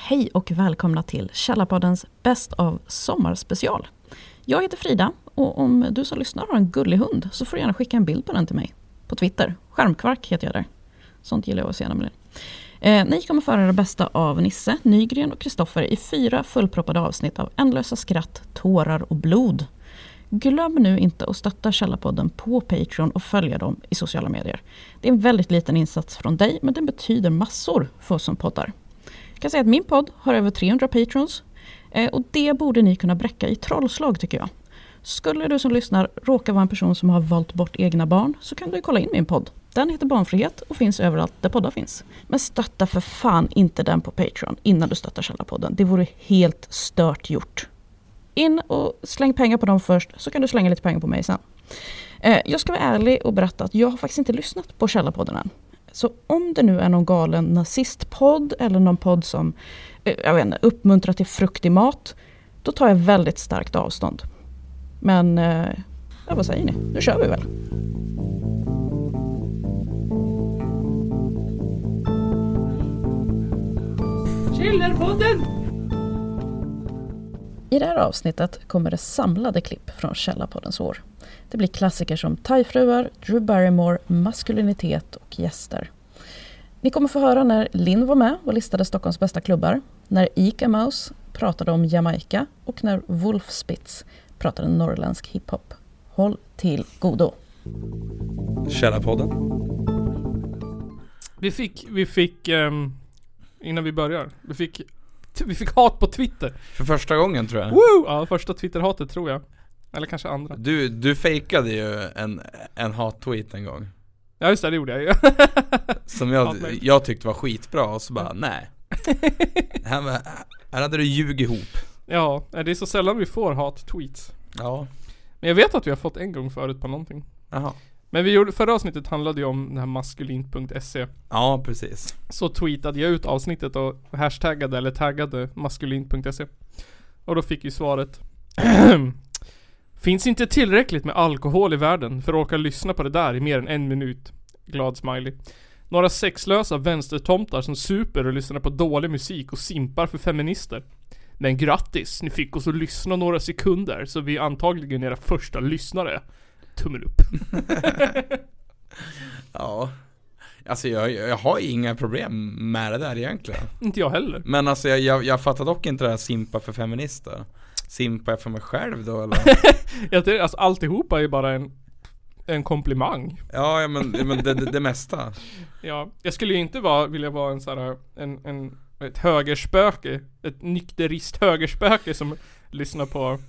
Hej och välkomna till Källarpoddens Best of sommarspecial. Jag heter Frida och om du som lyssnar har en gullig hund så får du gärna skicka en bild på den till mig. På Twitter. Skärmkvark heter jag där. Sånt gillar jag att se nämligen. Ni kommer föra det bästa av Nisse, Nygren och Kristoffer i 4 fullproppade avsnitt av ändlösa skratt, tårar och blod. Glöm nu inte att stötta Källarpodden på Patreon och följa dem i sociala medier. Det är en väldigt liten insats från dig, men den betyder massor för oss som poddar. Jag kan säga att min podd har över 300 patrons och det borde ni kunna bräcka i trollslag tycker jag. Skulle du som lyssnar råka vara en person som har valt bort egna barn så kan du kolla in min podd. Den heter Barnfrihet och finns överallt där poddar finns. Men stötta för fan inte den på Patreon innan du stöttar Källarpodden. Det vore helt stört gjort. In och släng pengar på dem först så kan du slänga lite pengar på mig sen. Jag ska vara ärlig och berätta att jag har faktiskt inte lyssnat på Källarpodden än. Så om det nu är någon galen nazistpodd eller någon podd som jag vet inte, uppmuntrar till fruktig mat, då tar jag väldigt starkt avstånd. Men vad säger ni? Nu kör vi väl. Källarpodden! I det här avsnittet kommer det samlade klipp från Källarpoddens år. Det blir klassiker som Thai-fruar, Drew Barrymore, maskulinitet och gäster. Ni kommer få höra när Linn var med och listade Stockholms bästa klubbar, när Ica Mouse pratade om Jamaica och när Wolf Spitz pratade norrländsk hiphop. Håll till godo. Källarpodden. Vi fick innan vi börjar, vi fick hat på Twitter. För första gången tror jag. Woo! Ja, första Twitter-hatet tror jag. Eller kanske andra. Du fejkade ju en hat-tweet en gång. Ja just det gjorde jag ju. Som jag tyckte var skitbra och så bara, nej. Här hade du ljug ihop. Ja, det är så sällan vi får hat-tweets. Ja. Men jag vet att vi har fått en gång förut på någonting. Jaha. Men förra avsnittet handlade ju om det här maskulint.se. Ja, precis. Så tweetade jag ut avsnittet och hashtaggade eller taggade maskulint.se. Och då fick ju svaret finns inte tillräckligt med alkohol i världen för att orka lyssna på det där i mer än 1 minut. Glad smiley. Några sexlösa vänstertomtar som super och lyssnar på dålig musik och simpar för feminister. Men grattis, ni fick oss att lyssna några sekunder så vi är antagligen era första lyssnare. Tummen upp. Ja. Alltså jag har inga problem med det där egentligen. Inte jag heller. Men alltså jag fattar dock inte det här simpa för feminister. Simpar jag för mig själv då eller? Jag tycker alltså alltihopa är ju bara en komplimang. Ja men det mesta. Ja, jag skulle ju inte vilja vara en sån här ett högerspöke, ett nykterist högerspöke som lyssnar på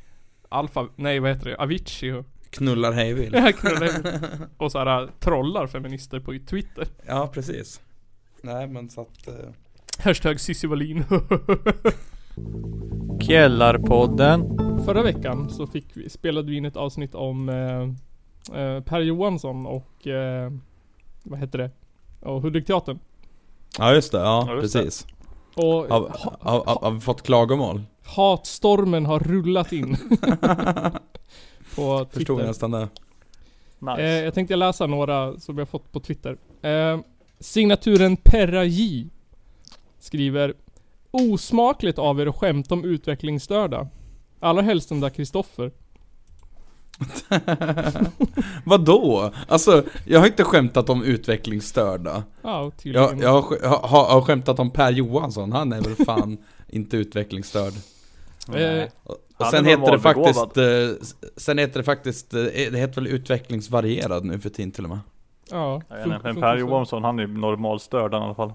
Avicii och knullar hejvill. Ja, knullar hejvill. Och så här trollar feminister på Twitter. Ja, precis. Nej, men så att hashtag Cissi Wallin. Källarpodden. Förra veckan så spelade vi in ett avsnitt om Per Johansson och vad heter det? Och Hudikteatern. Ja, just det. Ja, precis. Och har vi fått klagomål? Hatstormen har rullat in. På Twitter. Förstod jag nästan det. Nice. Jag tänkte läsa några som jag fått på Twitter. Signaturen Perra J skriver: osmakligt av er att skämta om utvecklingsstörda. Allra helst den där Kristoffer. Vadå? Alltså, jag har inte skämtat om utvecklingsstörda. Ja, tydligen. Jag har skämtat om Per Johansson. Han är väl fan inte utvecklingsstörd. Och sen heter det faktiskt det heter väl utvecklingsvarierad nu för tiden till och med. Ja, men Per Johansson, han är normalstörd i alla fall.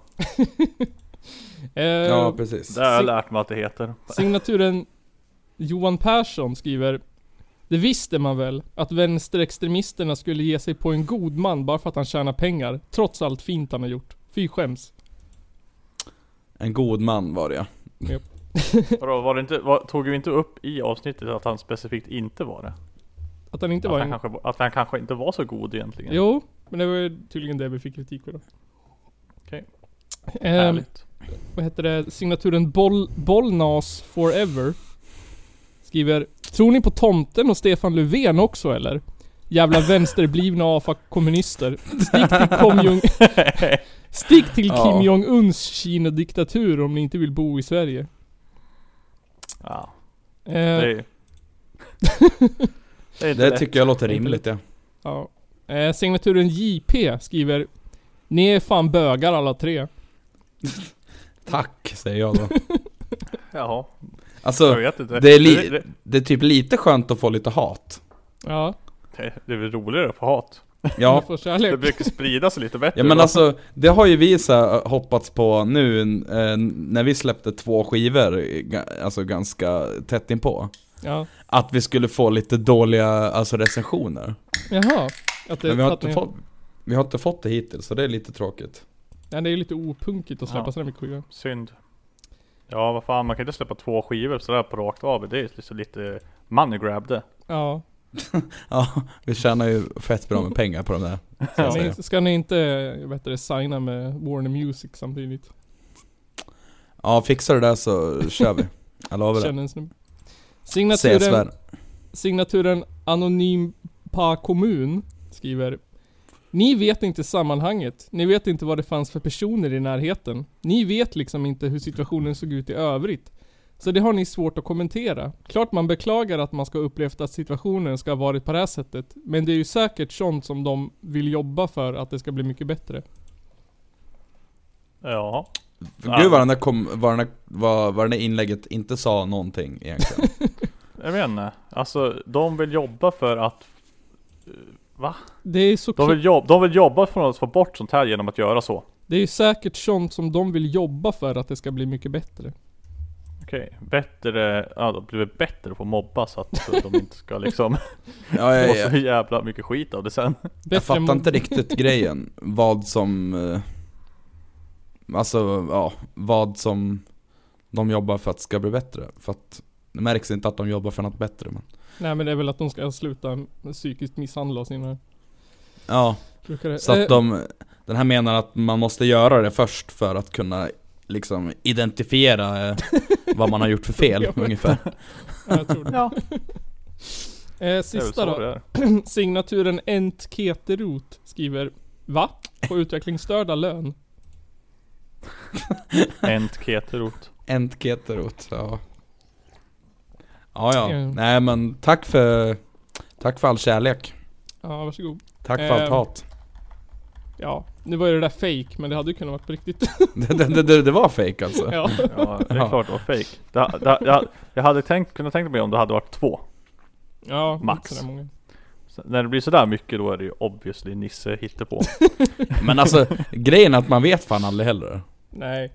Ja, precis. Det har jag lärt mig att det heter. Signaturen Johan Persson skriver: det visste man väl att vänsterextremisterna skulle ge sig på en god man bara för att han tjänar pengar, trots allt fint han har gjort. Fy skäms. En god man var det. Yep. Tog vi inte upp i avsnittet att han specifikt inte var det? Att han inte att han kanske inte var så god egentligen. Jo, men det var tydligen det vi fick kritik för då. Okej. Härligt. Vad heter det? Signaturen Bollnas Forever skriver: tror ni på tomten och Stefan Löfven också eller? Jävla vänsterblivna AFA-kommunister. Stick till Kim Jong-Uns Kina-diktatur om ni inte vill bo i Sverige. Ja. Det tycker jag låter rimligt, ja. Signaturen JP skriver: ni är fan bögar alla tre. Tack, säger jag då. Jaha. Alltså, det är typ lite skönt att få lite hat. Ja. Det är väl roligare att få hat. Ja. Det brukar sprida sig lite bättre. Ja, men alltså, det har ju vi så hoppats på nu när vi släppte 2 skivor, alltså ganska tätt inpå. Ja. Att vi skulle få lite dåliga recensioner. Jaha. Men vi har inte fått det hittills, så det är lite tråkigt. Ja, det är lite opunkigt att släppa sådär mycket skivor. Synd. Ja, vad fan, man kan inte släppa 2 skivor sådär på rakt av. Det är liksom lite money grab det. Ja. Ja, vi tjänar ju fett bra med pengar på de där. Ska ni inte signa med Warner Music samtidigt? Ja, fixar det där så kör vi. Jag lovar det. Signaturen Anonym Pa kommun skriver: ni vet inte sammanhanget. Ni vet inte vad det fanns för personer i närheten. Ni vet liksom inte hur situationen såg ut i övrigt. Så det har ni svårt att kommentera. Klart man beklagar att man ska upplevt att situationen ska ha varit på det här sättet. Men det är ju säkert sånt som de vill jobba för att det ska bli mycket bättre. Ja. Gud vad den där inlägget inte sa någonting egentligen. Jag vet inte. Alltså, de vill jobba för att... Va? Det är så de vill jobba för att få bort sånt här genom att göra så. Det är ju säkert sånt som de vill jobba för att det ska bli mycket bättre. Okej, bättre... Ja, det blir bättre att få mobba så att de inte ska liksom... få så jävla mycket skit av det sen. Jag fattar inte riktigt grejen. Vad som... vad som de jobbar för att det ska bli bättre. För att det märks inte att de jobbar för något bättre. Men... Nej, men det är väl att de ska sluta psykiskt misshandla sina... Ja, så att den här menar att man måste göra det först för att kunna liksom identifiera vad man har gjort för fel ungefär. Ja, jag tror det. Ja. Sista då. Signaturen Ent Keterot skriver: va? På utvecklingsstörda lön? Ent Keterot, ja. Ja. Nej, men tack för all kärlek. Ja, varsågod. Tack för allt hat. Ja, nu var det där fake, men det hade ju kunnat vara på riktigt. det var fake alltså. Ja, det är klart det var fake. Jag hade kunnat tänka mig om det hade varit 2. Ja, max. Så många. Så när det blir sådär mycket, då är det ju obviously Nisse hittar på. Men alltså, grejen är att man vet fan aldrig heller. Nej.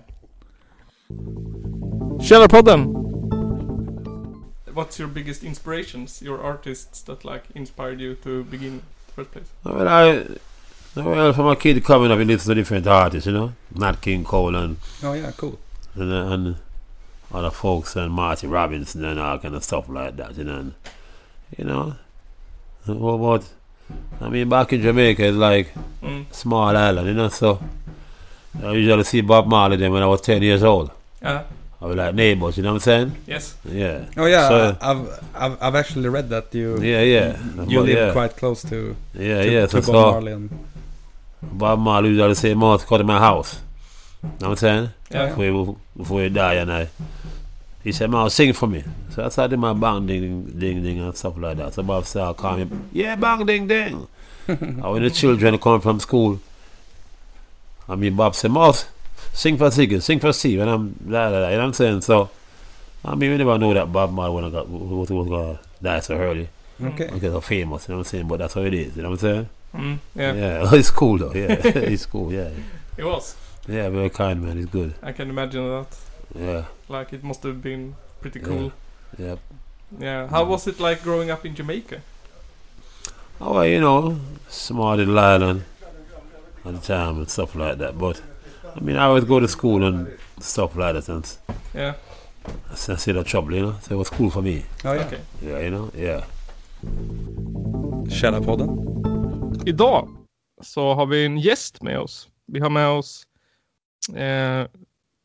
Källarpodden. What's your biggest inspirations? Your artists that like inspired you to begin in the first place? Well, from a kid coming up, you listen to different artists, you know, Nat King Cole and cool, and other folks and Marty Robinson and all kind of stuff like that, and you know, what I mean, back in Jamaica, it's like small island, you know, so I usually see Bob Marley then when I was 10 years old. I was like neighbors, you know what I'm saying? Yes. Yeah. Oh yeah, so, I've actually read that you live quite close to Bob Marley. And Bob Marley usually say, "Must come to my house." You know what I'm saying? Yeah. Before he die, and he said, "Man, sing for me." So that's how I did my bang ding ding ding and stuff like that. So Bob said, "I'll call me, yeah, bang ding ding." And when the children come from school, I mean, Bob said, "Must sing for Ziggy, sing for Steve," and I'm you know what I'm saying? So I mean, we never know that Bob Marley was gonna die so early. Okay. Because of famous, you know what I'm saying? But that's how it is, you know what I'm saying? Yeah. It's cool though. Yeah, it's cool. Yeah, it was. Yeah, very kind man. It's good. I can imagine that. Yeah, like it must have been pretty cool. Yeah. How was it like growing up in Jamaica? Oh, well, you know, small little island at the time and stuff like that. But I mean, I always go to school and stuff like that, and I see the trouble, you know. So it was cool for me. Oh, yeah. Okay. Yeah, you know. Yeah. Källarpodden. Idag så har vi en gäst med oss. Vi har med oss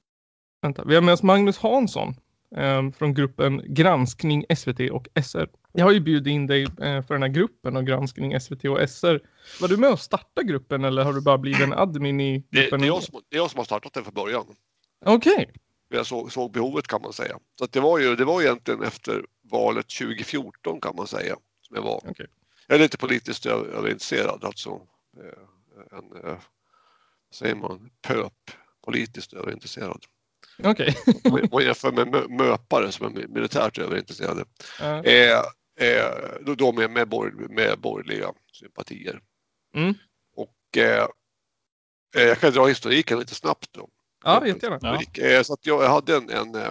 vi har med oss Magnus Hansson från gruppen Granskning SVT och SR. Jag har ju bjudit in dig för den här gruppen och granskning SVT och SR. Var du med och starta gruppen eller har du bara blivit en admin i gruppen? Det är jag som har startat den från början. Okej. Okay. Jag såg behovet kan man säga. Så att det var egentligen efter valet 2014 kan man säga. Som jag var. Okay. Jag är lite politiskt överintresserad. Alltså säger man, politiskt överintresserad. Okej. Okay. Och jämför med möpare som är militärt överintresserade. Då med borgerliga sympatier. Mm. Och jag kan dra historiken lite snabbt då. Ja, jättegärna. Ja. Så att jag hade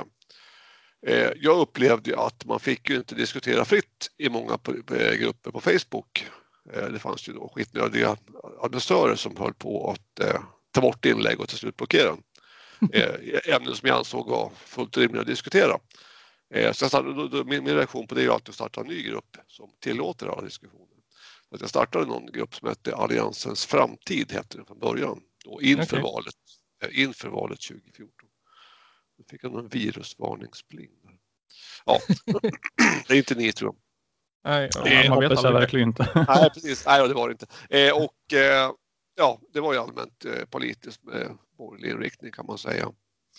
jag upplevde att man fick ju inte diskutera fritt i många grupper på Facebook. Det fanns ju då skitnödiga administratörer som höll på att ta bort inlägg och till slut blockera ämnen som jag ansåg var fullt rimliga att diskutera. Så min reaktion på det är alltid att starta en ny grupp som tillåter alla diskussioner. Så jag startade någon grupp som hette Alliansens framtid, hette den från början. Då inför valet 2014. Då fick jag en virusvarningspling. Ja, det är inte ni tror jag. Nej, man vet verkligen inte. Nej, precis. Nej, det var det inte. Det var ju allmänt politiskt med borgerlig inriktning kan man säga.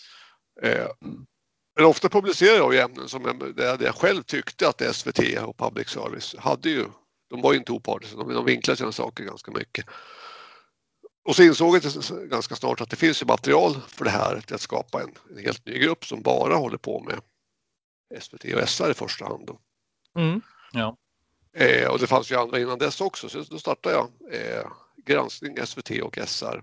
Men ofta publicerar jag ju ämnen som jag själv tyckte att SVT och public service hade ju. De var ju inte opartiska, de vinklade sina saker ganska mycket. Och så insåg jag ganska snart att det finns ju material för det här till att skapa en helt ny grupp som bara håller på med SVT och SR i första hand. Då. Mm. Ja. Och det fanns ju andra innan dess också, så då startade jag granskning SVT och SR.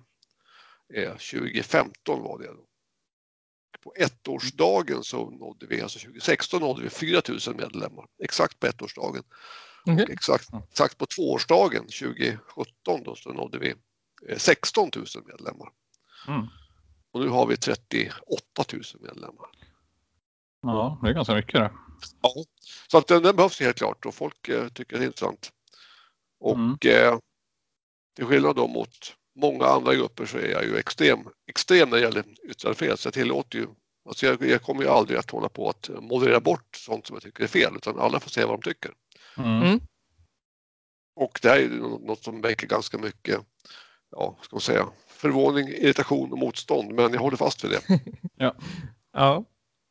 2015 var det då. På ettårsdagen så nådde vi, alltså 2016 nådde vi 4 000 medlemmar. Exakt på ettårsdagen. Okay. Exakt på tvåårsdagen 2017 då så nådde vi 16 000 medlemmar. Mm. Och nu har vi 38 000 medlemmar. Ja, det är ganska mycket det. Ja, så att den behövs helt klart och folk tycker det är intressant. Och till skillnad då mot många andra grupper så är jag ju extrem när det gäller yttrandefrihet. Så jag tillåter ju, alltså jag kommer ju aldrig att hålla på att moderera bort sånt som jag tycker är fel, utan alla får säga vad de tycker. Mm. Och det här är något som väcker ganska mycket, ska man säga, förvåning, irritation och motstånd, men jag håller fast vid det. Ja.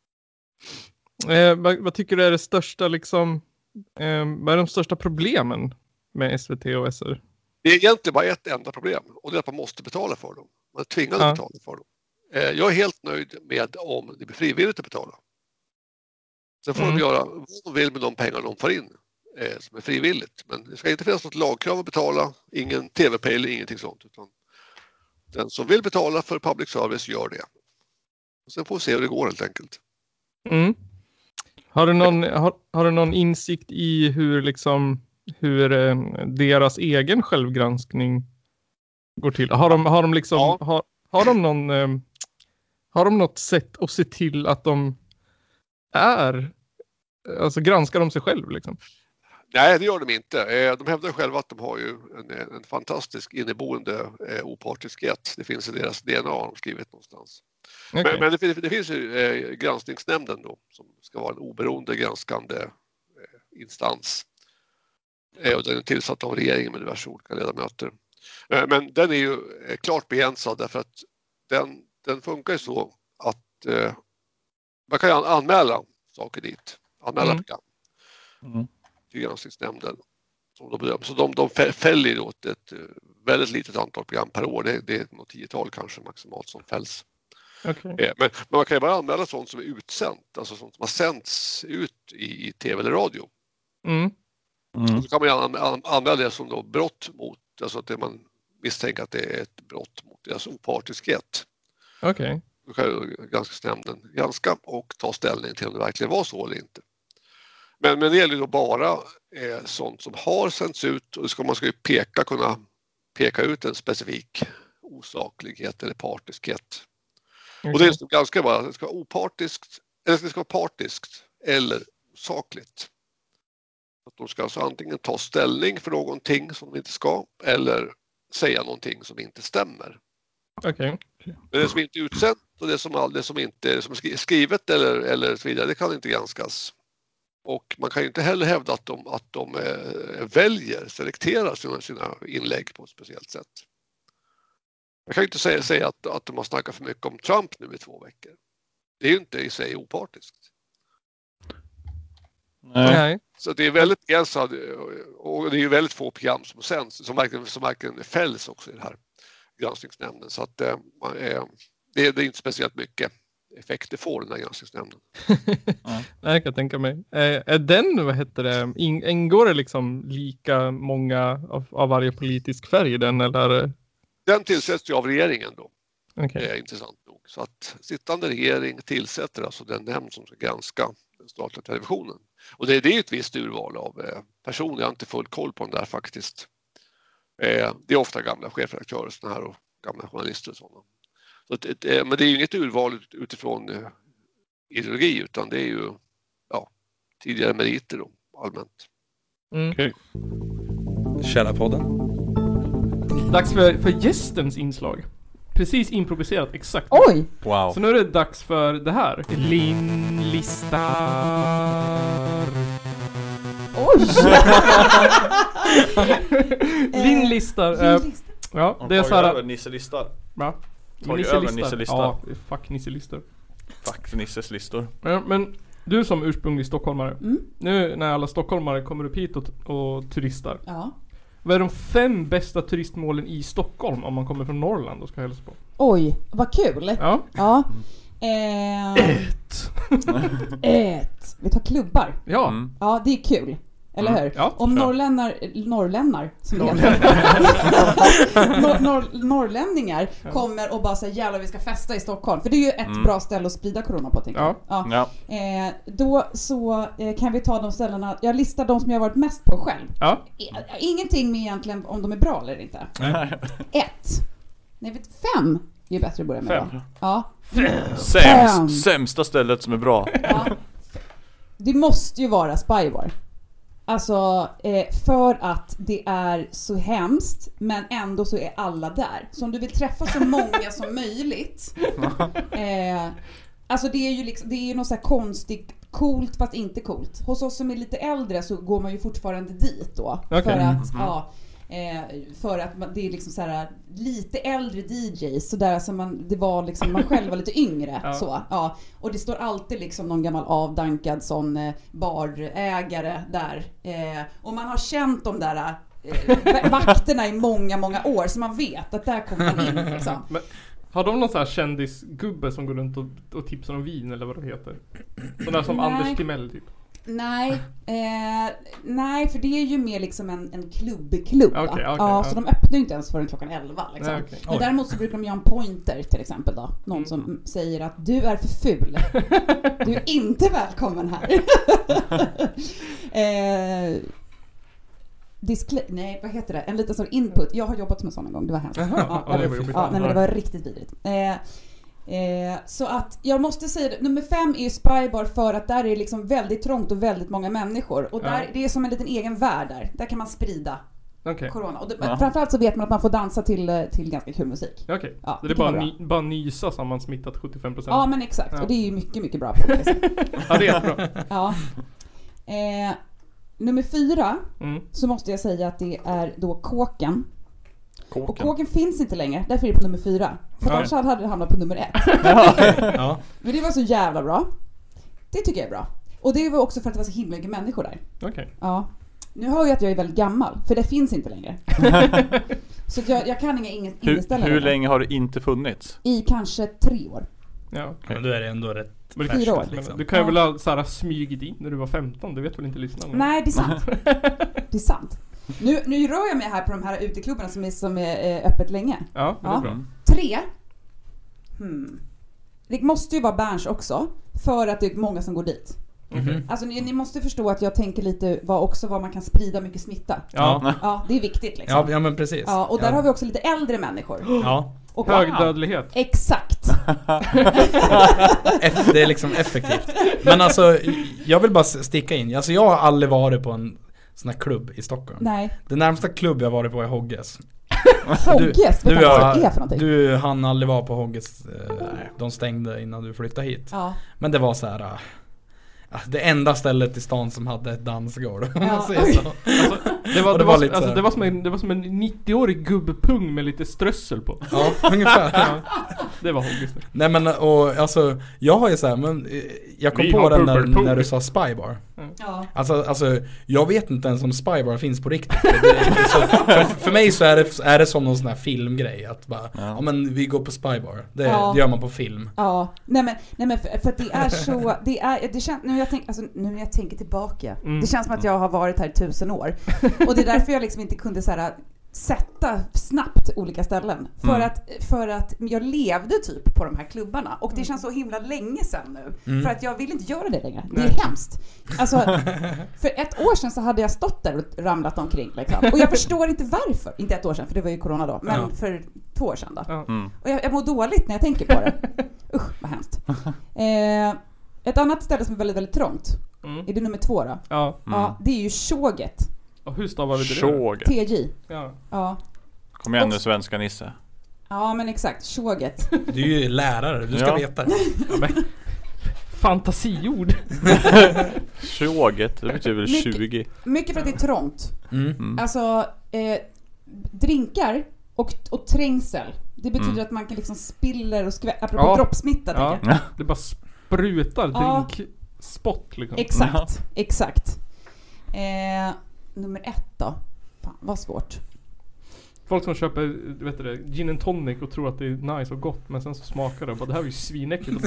Vad tycker du är det största liksom, vad är de största problemen med SVT och SR? Det är egentligen bara ett enda problem och det är att man måste betala för dem. Man är tvingad att betala för dem. Jag är helt nöjd med om det blir frivilligt att betala. Sen får de göra vad de vill med de pengar de får in som är frivilligt. Men det ska inte finnas något lagkrav att betala, ingen tv-pay eller ingenting sånt. Utan den som vill betala för public service gör det. Och sen får vi se hur det går helt enkelt. Mm. Har du någon insikt i hur deras egen självgranskning går till? Har de något sätt att se till att de granskar de sig själv liksom? Nej, det gör de inte. De hävdar själva att de har ju en fantastisk inneboende opartiskhet. Det finns i deras DNA, har de skrivit någonstans. Okay. Men det finns ju granskningsnämnden då, som ska vara en oberoende granskande instans. Och den är tillsatt av regeringen med diverse olika ledamöter. Men den är ju klart begränsad därför att den funkar ju så att man kan anmäla saker dit. Anmäla program. Till granskningsnämnden. Så de fäller då ett väldigt litet antal program per år. Det är något 10-tal kanske maximalt som fälls. Okay. Men man kan ju bara anmäla sånt som är utsänt. Alltså sånt som har sänts ut i tv eller radio. Så kan man anmäla det som då brott mot, alltså att man misstänker att det är ett brott mot deras opartiskhet. Okej. Då kan ju granskningsnämnden granska och ta ställning till om det verkligen var så eller inte. Men det gäller då bara sånt som har sänts ut och man ska ju kunna peka ut en specifik osaklighet eller partiskhet. Okay. Och det är ganska bara att det ska vara opartiskt, eller det ska vara partiskt eller osakligt. Att de ska alltså antingen ta ställning för någonting som de inte ska eller säga någonting som inte stämmer. Okej. Men det som inte är utsänt och det som inte är skrivet eller så vidare, det kan inte granskas. Och man kan ju inte heller hävda att de selekterar sina inlägg på ett speciellt sätt. Jag kan ju inte säga att de har snackat för mycket om Trump nu i 2 veckor. Det är ju inte i sig opartiskt. Nej. Så det är väldigt begränsat, och det är ju väldigt få program som sänds som verkligen fälls också i den här granskningsnämnden. Så att det är inte speciellt mycket effekt det får den här granskningsnämnden. Nej, jag kan tänka mig. Är den, vad heter det, ingår det liksom lika många av varje politisk färg i den, eller? Den tillsätts ju av regeringen då. Okay. Det är intressant nog. Så att sittande regering tillsätter alltså den nämnd som ska granska den statliga televisionen. Och det är ett visst urval av personer. Jag har inte full koll på den där faktiskt. Det är ofta gamla chefredaktörer såna här, och gamla journalister och sådana. Så men det är ju inget urval utifrån ideologi, utan det är ju tidigare meriter då, allmänt. Okay. Källarpodden. Dags för gästens inslag. Precis improviserat, exakt. Oj! Wow. Så nu är det dags för det här. Linlistar. Oj! Linlistar. Ja, det är så här. Nisselistar. Va? Nisselistar. Ja, fuck nisselistor. Fuck Nisses listor. Ja, men du som ursprunglig stockholmare. Nu när alla stockholmare kommer upp hit och turistar. Ja. Vad är de 5 bästa turistmålen i Stockholm om man kommer från Norrland och ska hälsa på? Oj, vad kul. Ja. Ett. Vi tar klubbar. Ja. Ja, det är kul. Eller hur? Ja, om norrlännar som det heter. Norrlänningar kommer och bara säger jävlar vi ska festa i Stockholm. För det är ju ett bra ställe att sprida corona på, tänker jag. Ja. Då så kan vi ta de ställena. Jag listar de som jag har varit mest på själv. Ja. Ingenting med egentligen om de är bra eller inte. 5 är ju bättre att börja med. 5. Ja. Sämsta stället som är bra. Ja. Det måste ju vara Spybar. Alltså för att det är så hemskt, men ändå så är alla där. Så om du vill träffa så många som möjligt. Alltså det är ju liksom, det är ju något så här konstigt, coolt fast inte coolt. Hos oss som är lite äldre så går man ju fortfarande dit då. Okay. För att det är liksom så här lite äldre DJs så där som det var liksom man själv var lite yngre så och det står alltid liksom någon gammal avdankad sån barägare där och man har känt de där vakterna i många år så man vet att där kommer man in liksom. Men har de någon sån här kändisgubbe som går runt och tipsar om vin eller vad det heter? Sån där som Anders Timell typ. Nej, för det är ju mer liksom en klubb. Okay, så de öppnar ju inte ens förrän klockan 11 liksom. Nej, okay. Men däremot så brukar de göra en pointer till exempel då. Någon som säger att du är för ful. Du är inte välkommen här. Nej, vad heter det? En liten sån input. Jag har jobbat med sån en gång, det var hemskt. Det var riktigt vidrigt. Så att jag måste säga det, nummer 5 är ju Spybar för att där är liksom väldigt trångt och väldigt många människor och där, det är som en liten egen värld där kan man sprida corona och framförallt så vet man att man får dansa till ganska kul musik. Okej. Ja, det är bara nysa som man smittat 75%. Ja, men exakt. Och det är ju mycket bra på det. Ja, det är bra. Ja. Nummer 4 så måste jag säga att det är då Kåken. Och Kåken finns inte längre, därför är det på nummer 4. För annars hade det hamnat på nummer 1. Men det var så jävla bra. Det tycker jag är bra. Och det var också för att det var så himla mycket människor där. Okay. Ja. Nu hör jag att jag är väldigt gammal, för det finns inte längre. Så jag kan inga inställningar. Hur länge har det inte funnits? I kanske 3 år. Ja. Men då är det ändå rätt. 4 år. Liksom. Du kan ju väl ha så här smygit in när du var 15, det vet väl inte lyssnarna? Nej, det är sant. Det är sant. Nu rör jag mig här på de här uteklubbarna som är öppet länge. Ja, det är bra. 3. Det måste ju vara Berns också, för att det är många som går dit. Alltså ni måste förstå att jag tänker lite vad man kan sprida mycket smitta. Ja, det är viktigt liksom. Ja, men precis. Ja, och där har vi också lite äldre människor. Ja. Och hög dödlighet. Exakt. Det är liksom effektivt. Men alltså, jag vill bara sticka in. Alltså jag har aldrig varit på en sån här klubb i Stockholm. Nej. Den närmsta klubb jag varit på är Hogges. Hogges? Du hann aldrig vara på Hogges. De stängde innan du flyttade hit. Ja. Men det var så här. det enda stället i stan som hade ett dansgolv. Ja. Det var som en 90-årig gubbpung med lite strössel på. Ja, ungefär. Ja, det var hobbys. Nej men och alltså jag har ju så här, men jag kom på den när du sa Spybar. Ja. Alltså jag vet inte ens om Spybar finns på riktigt. För mig så är det som någon sån här filmgrej att bara ja men vi går på Spybar. Det gör man på film. Ja. Nej men för att det är så det känns nu när jag tänker tillbaka. Det känns som att jag har varit här 1000 år. Och det är därför jag liksom inte kunde så här sätta snabbt olika ställen för att jag levde typ på de här klubbarna och det känns så himla länge sedan nu för att jag vill inte göra det längre. Det är hemskt. Alltså för 1 år sedan så hade jag stått där och ramlat omkring liksom. Och jag förstår inte varför. Inte 1 år sedan för det var ju corona då, men för 2 år sedan då. Och jag mår dåligt när jag tänker på det. Usch, vad hemskt. Ett annat ställe som är väldigt, väldigt trångt. Är det nummer 2 då? Ja, det är ju Tjoget. Och hur stavar vi det? Tjoget. TJ. Ja. Kom igen nu, svenska Nisse. Ja, men exakt. Tjoget. Du är ju lärare, du ska veta. Fantasiord. Tjoget, det betyder väl 20. Mycket för att det är trångt. Alltså, drinkar och trängsel. Det betyder att man kan liksom spiller och apropå droppsmitta. Ja. Det bara sprutar drinkspott liksom. Exakt. Nummer 1 då. Fan, vad svårt. Folk som köper gin and tonic och tror att det är nice och gott, men sen så smakar det och bara, det här är ju svinäckligt.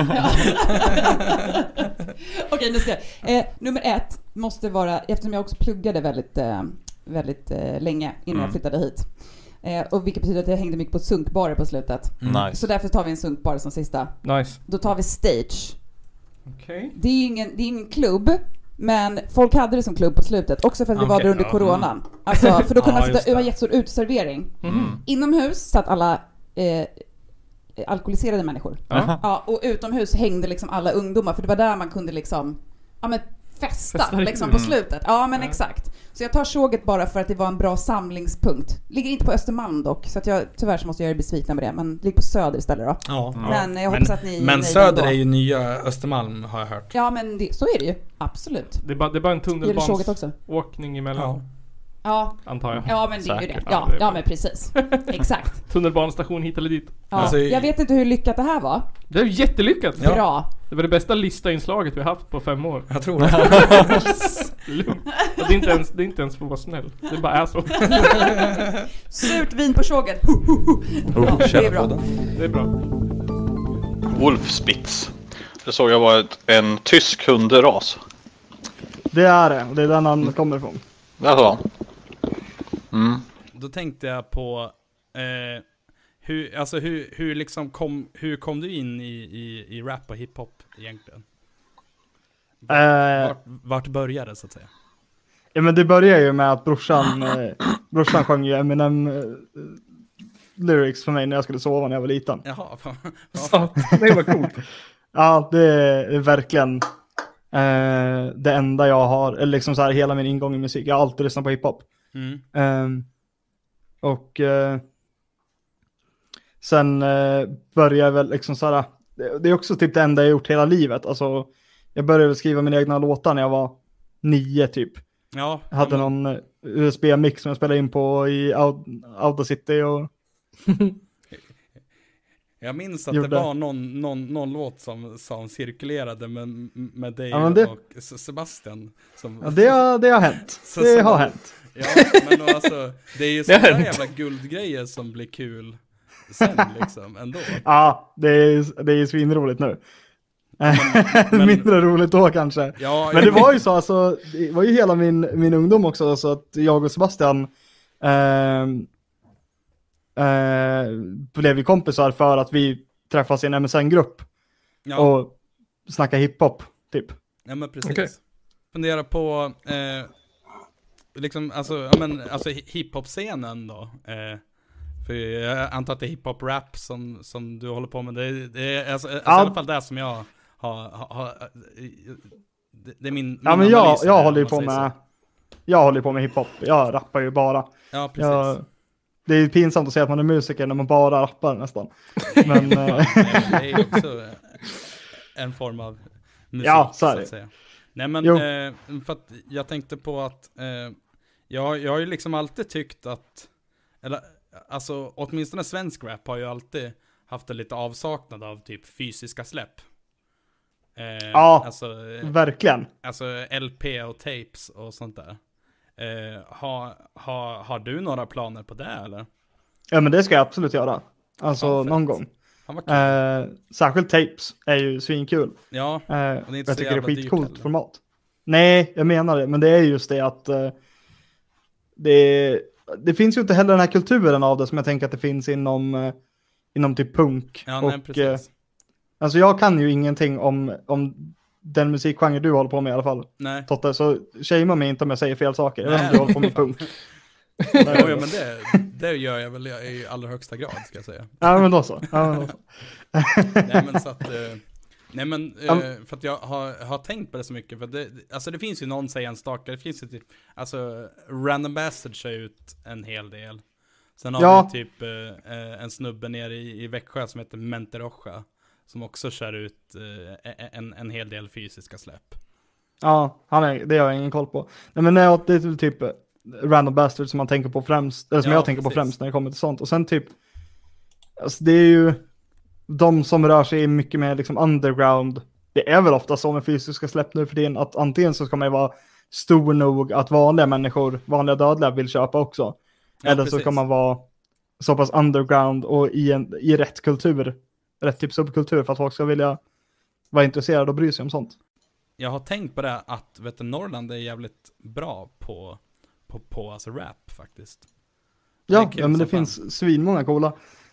Okej, nu ska jag. Nummer 1 måste vara, eftersom jag också pluggade väldigt länge innan jag flyttade hit. Och vilket betyder att jag hängde mycket på sunkbarer på slutet. Nice. Så därför tar vi en sunkbar som sista. Nice. Då tar vi Stage. Okay. Det är ingen klubb, men folk hade det som klubb på slutet. Också för att vi var där under coronan. Alltså, för då kunde man sitta jättestor utservering. Inomhus satt alla alkoholiserade människor. Ja, och utomhus hängde liksom alla ungdomar. För det var där man kunde liksom festa liksom på slutet. Ja, men exakt. Så jag tar Tjoget bara för att det var en bra samlingspunkt. Ligger inte på Östermalm dock, så att tyvärr så måste jag göra besviken med det. Men ligger på Söder istället då. Ja. Men jag hoppas att ni... Men Söder är ju nya Östermalm, har jag hört. Ja, men så är det ju. Absolut. Det är bara en tunnelbansåkning emellan. Ja. Antar jag. Ja, men det är ju det. Ja, men precis. Exakt. Tunnelbanestation hit eller dit. Ja. Alltså, jag vet inte hur lyckat det här var. Det är jättelyckat. Ja. Bra. Det var det bästa listainslaget vi har haft på 5 år. Jag tror det. Lugnt. Det är inte ens för att vara snäll. Det bara är så. Surt vin på Tjoget. Det är bra. Det är bra. Wolfspitz. Det såg jag var en tysk hundras. Det är det. Det är den han kommer ifrån. Då tänkte jag på hur kom du in i rap och hiphop egentligen? Vart började det så att säga? Ja, men det började ju med att brorsan sjöng ju Eminem lyrics för mig när jag skulle sova när jag var liten. Jaha, så det var coolt. Ja, det är verkligen det enda jag har, eller liksom så här hela min ingång i musik. Jag har alltid lyssnat på hiphop. Och sen började jag väl liksom så här, det är också typ det enda jag gjort hela livet. Alltså, jag började skriva mina egna låtar när jag var 9 typ. Ja. Jag hade någon USB-mix som jag spelade in på i Audacity och jag minns att det var någon låt som cirkulerade med dig och Sebastian. Ja, det har hänt. Det har hänt. Ja, men alltså, det är ju sådana jävla guldgrejer som blir kul sen liksom, ändå. Ja, det är svinroligt nu. Men mindre roligt då kanske. Ja, men det var ju så, alltså, det var ju hela min ungdom också, så att jag och Sebastian blev ju kompisar för att vi träffas i en MSN-grupp och snackade hiphop typ. Ja, men precis. Okay. Fundera på liksom, alltså hiphop-scenen då. För jag antar att det är hiphop-rap som du håller på med. Det är alltså, i alla fall det som jag har det är min men jag håller på med hiphop. Jag rappar ju bara. Ja, precis. Det är pinsamt att säga att man är musiker när man bara rappar nästan. Men det är också en form av musik, ja, så att säga. Nej men, för att jag tänkte på att jag har ju liksom alltid tyckt att, eller alltså åtminstone svensk rap har ju alltid haft en lite avsaknad av typ fysiska släpp. Ja, alltså, verkligen. Alltså LP och tapes och sånt där. Har du några planer på det eller? Ja, men det ska jag absolut göra. Alltså någon gång. Särskilt tapes är ju svinkul. Ja, och det är inte jag tycker det är skitcoolt format. Nej, jag menar det. Men det är just det att det finns ju inte heller den här kulturen av det som jag tänker att det finns inom typ punk. Ja, nej, precis. Alltså jag kan ju ingenting om den musikgenre du håller på med i alla fall. Nej. Totte, så shamea mig inte om jag säger fel saker. Jag vet inte om du håller på med punk. Ja, men det gör jag väl i allra högsta grad, ska jag säga. Ja, men då så. Nej, men så att... för att jag har tänkt på det så mycket. För det finns ju någon enstaka. Det finns ju typ... Alltså, Random Bastard kör ut en hel del. Sen har vi typ en snubbe nere i Växjö som heter Mente Rocha. Som också kör ut en hel del fysiska släpp. Ja, det har jag ingen koll på. Nej, men det är typ Random Bastard som man tänker på främst. Eller som jag tänker på främst när det kommer till sånt. Och sen typ... Alltså det är ju... De som rör sig mycket mer liksom underground. Det är väl ofta så med fysiska släpp nu för tiden. Att antingen så ska man ju vara stor nog att vanliga människor, vanliga dödliga vill köpa också. Ja, eller så kan man vara så pass underground och i rätt kultur. Rätt typ subkultur för att folk ska vilja vara intresserade och bry sig om sånt. Jag har tänkt på det att Norrland är jävligt bra på alltså rap faktiskt. Ja, men det finns svinmånga coola.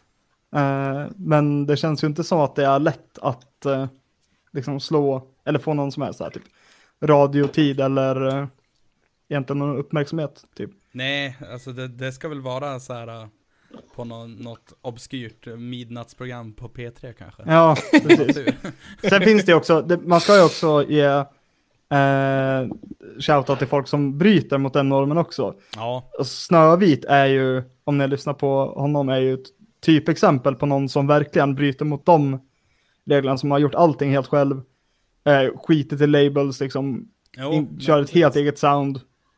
Men det känns ju inte som att det är lätt att liksom slå eller få någon som är så här typ radiotid eller egentligen någon uppmärksamhet typ. Nej, alltså det ska väl vara så här på något obskyrt midnattsprogram på P3 kanske. Ja, precis. Sen finns det också, man ska ju också ge shoutout till folk som bryter mot den normen också. Ja. Och Snövit är ju, om ni lyssnar på honom, är ju ett typexempel på någon som verkligen bryter mot de reglerna, som har gjort allting helt själv. Skitit i labels, liksom. Kör ett helt eget sound.